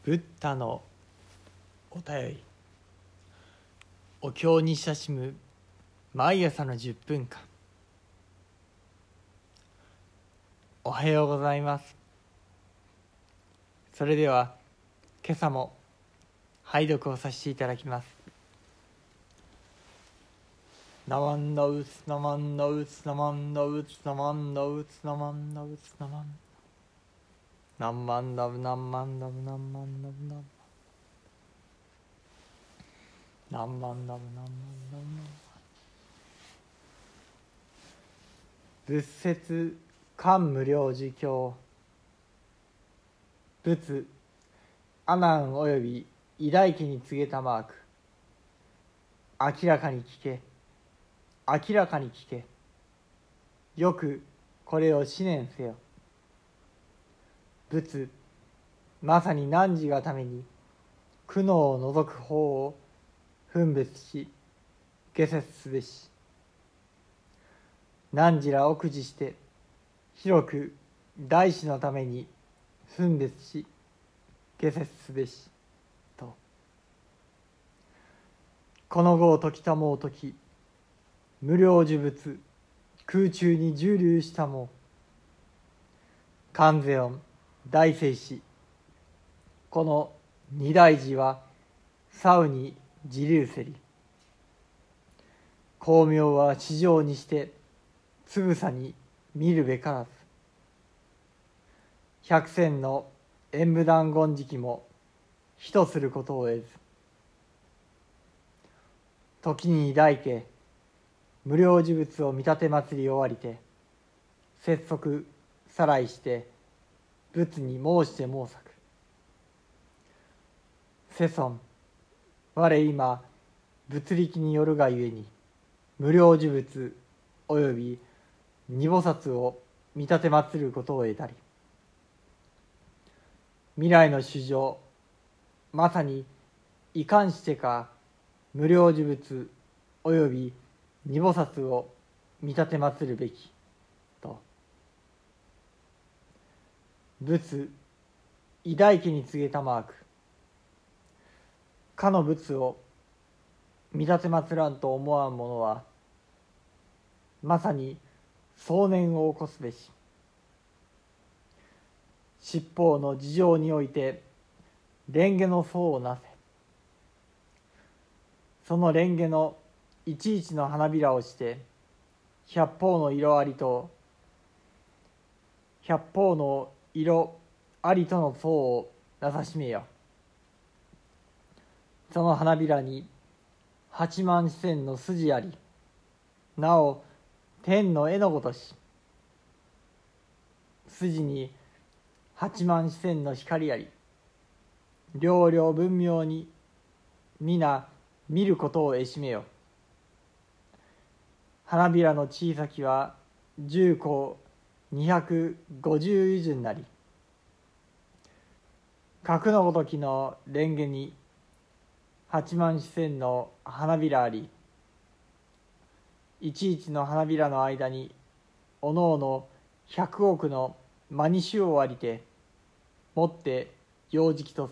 ブッダのお便り。お経に親しむ毎朝の10分間。おはようございます。それでは今朝も拝読をさせていただきます。ナマンノウツナマンノウツナマンノウツナマンノウツナマンノウツナマンナンマンナブナンマンナブナンマンナブナンナンマンナブナンマンナブナン仏説漢無量寿経。仏阿難および偉大家に告げたマーク。明らかに聞け、明らかに聞け。よくこれを思念せよ。仏まさに汝がために苦悩を除く方を分別し下説すべし。汝ら奥示して広く大師のために分別し下説すべしと。この後時たもう時無量寿仏空中に従流したも観世音大聖師この二大寺はサウに自流せり。光明は地上にしてつぶさに見るべからず。百千の演武断言時期も非とすることを得ず。時に大家無量寿仏を見立て祭り終わりて拙速さらいして仏に申して申さく。世尊我今仏力によるがゆえに無量寿仏および二菩薩を見立て祭ることを得たり。未来の衆生まさにいかんしてか無量寿仏および二菩薩を見立て祭るべきと。仏偉大家に告げたマーク。かの仏を見立て祭らんと思わん者はまさに壮年を起こすべし。七宝の事情において蓮華の相をなせ。その蓮華のいちいちの花びらをして百宝の色ありと百宝の色ありとの相をなさしめよ。その花びらに八万四千の筋あり、なお天の絵のごとし。筋に八万四千の光あり、両々分明に皆見ることを得しめよ。花びらの小さきは十個250余順なり。格のごときの蓮華に八万四千の花びらあり、いちいちの花びらの間におのおの100億の真に種をありてもって幼児期とす。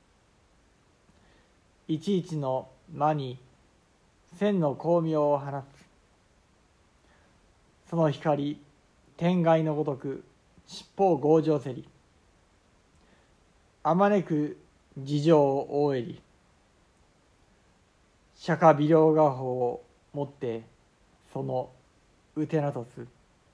いちいちの真に千の光明を放つ。その光天外のごとく七宝強情せり。あまねく事情を覆えり。釈迦微量画法をもってそのうてなとす。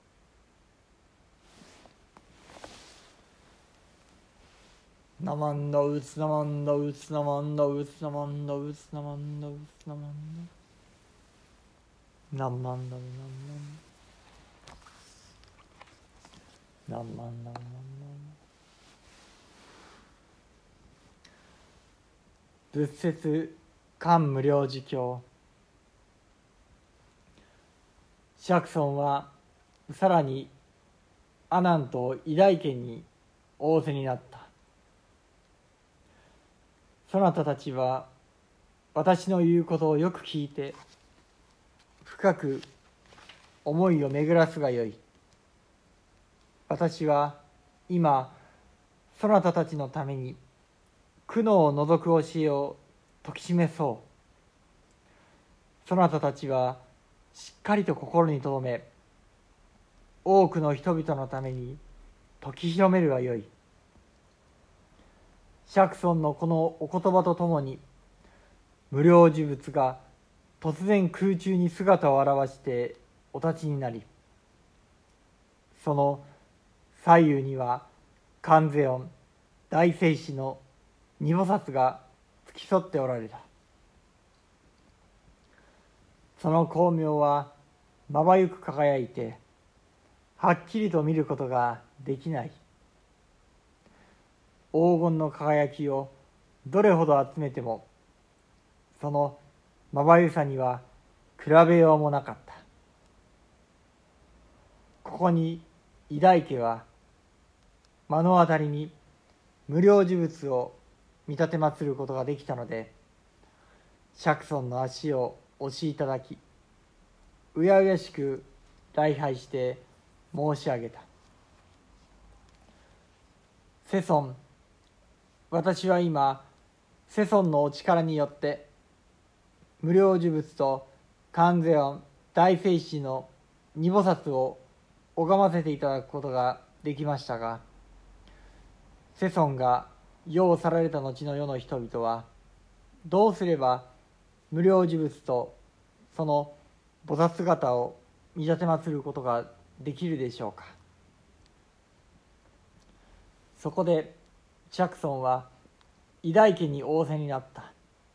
ナマンノウツナマンノウツナマンノウツナマンノウツナマンノウツナマンノナンマンナブナンマンナンマンナブナンマンナブ仏説漢無量寿経。釈尊はさらに阿難と偉大家に仰せになった。そなたたちは私の言うことをよく聞いて深く思いを巡らすがよい。私は今そなたたちのために苦悩を除く教えを説き示そう。そなたたちはしっかりと心に留め、多くの人々のために説き広めるがよい。釈尊のこのお言葉とともに、無量寿仏が突然空中に姿を現してお立ちになり、その左右には観世音大聖師の二菩薩が付き添っておられた。その光明はまばゆく輝いて、はっきりと見ることができない。黄金の輝きをどれほど集めても、そのまばゆさには比べようもなかった。ここに偉大家は目の当たりに無量寿仏を見立て祀ることができたので、釈尊の足を押しいただき、うやうやしく礼拝して申し上げた。世尊、私は今、世尊のお力によって無量寿仏と観世音大聖師の二菩薩を拝ませていただくことができましたが、世尊が世を去られた後の世の人々はどうすれば無量寿仏とその菩薩姿を見立て祀ることができるでしょうか。そこで釈尊は偉大家に仰せになった。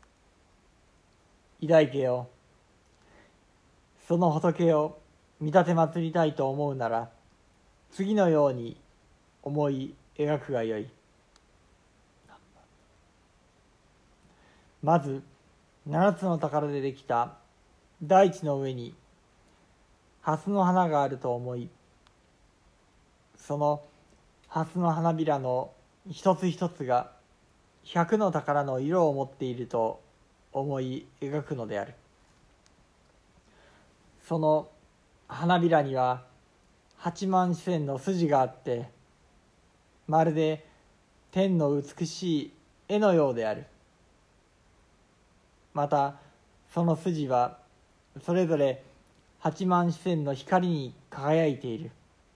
偉大家よ、その仏を見立て祀りたいと思うなら、次のように思い描くがよい。まず7つの宝でできた大地の上に蓮の花があると思い、その蓮の花びらの一つ一つが100の宝の色を持っていると思い描くのである。その花びらには8万四千の筋があって、まるで天の美しい絵のようである。またその筋はそれぞれ8万四千の光に輝いている。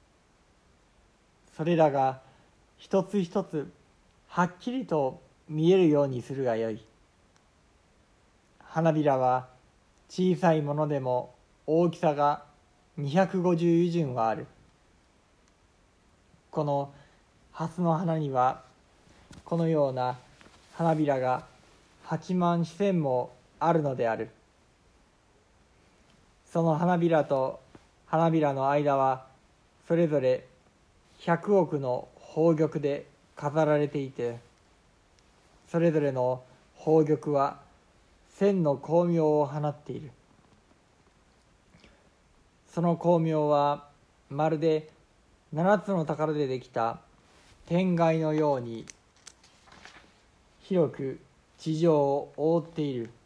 それらが一つ一つはっきりと見えるようにするがよい。花びらは小さいものでも大きさが250余順はある。この蓮の花にはこのような花びらが8万四千もあるのである。その花びらと花びらの間はそれぞれ100億の宝玉で飾られていて、それぞれの宝玉は千の光明を放っている。その光明はまるで7つの宝でできた天蓋のように広く地上を覆っている。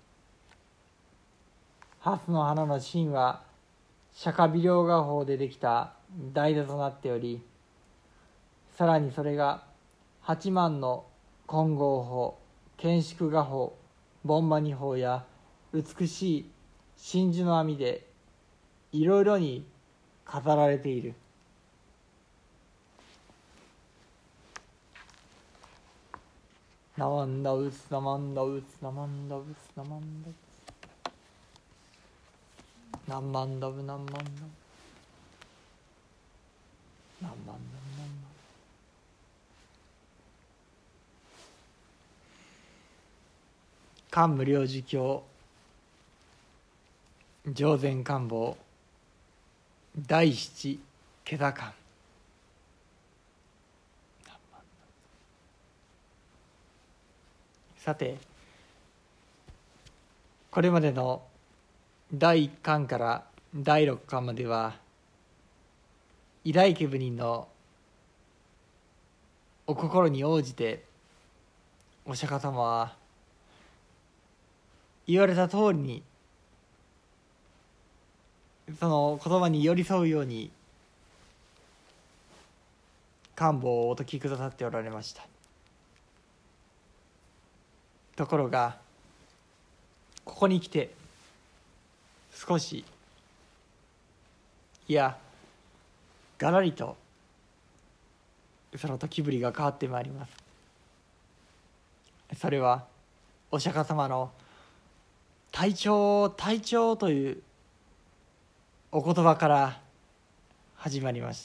蓮の花の芯は釈迦微量画法でできた台座となっており、さらにそれが8万の金剛法、建築画法、盆摩尼法や美しい真珠の網でいろいろに飾られている。ナマンダウスナマンダウスナマンダウスナマンダウスナンマンダブナンマンダブナンマンダブナンマン漢無量寿経上善官房第七袈裟観。さて、これまでの第1巻から第6巻までは偉大家部人のお心に応じてお釈迦様は言われた通りにその言葉に寄り添うように官房をお説きくださっておられました。 ところがここに来て少し、いやがらりとその時ぶりが変わってまいります。それはお釈迦様の体調体調というお言葉から始まりました。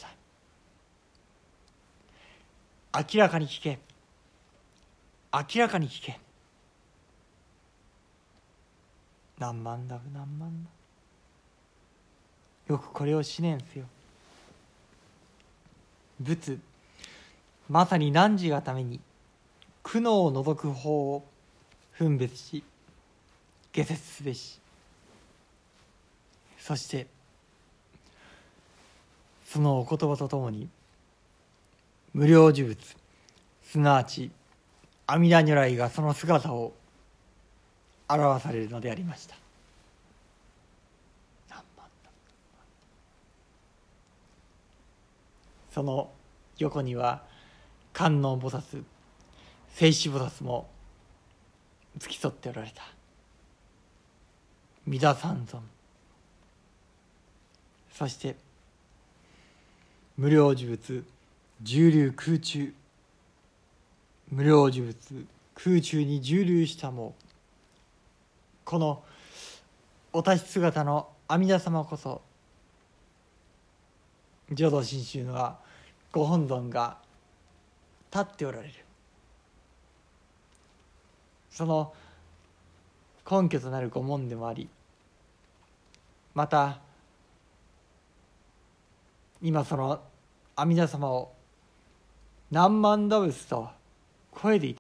明らかに聞け、明らかに聞け、何万だ何万だ、よくこれを思念せよ。仏まさに汝がために苦悩を除く法を分別し下説すべし。そしてそのお言葉とともに無量寿仏、すなわち阿弥陀如来がその姿を表されるのでありました。その横には観音菩薩、勢至菩薩も付き添っておられた。弥陀三尊、そして無量寿仏、十流空中、無量寿仏空中に十流したもこのお立ち姿の阿弥陀様こそ浄土真宗のはご本尊が立っておられる、その根拠となる御門でもあり、また今その阿弥陀様を何万打仏と声でいた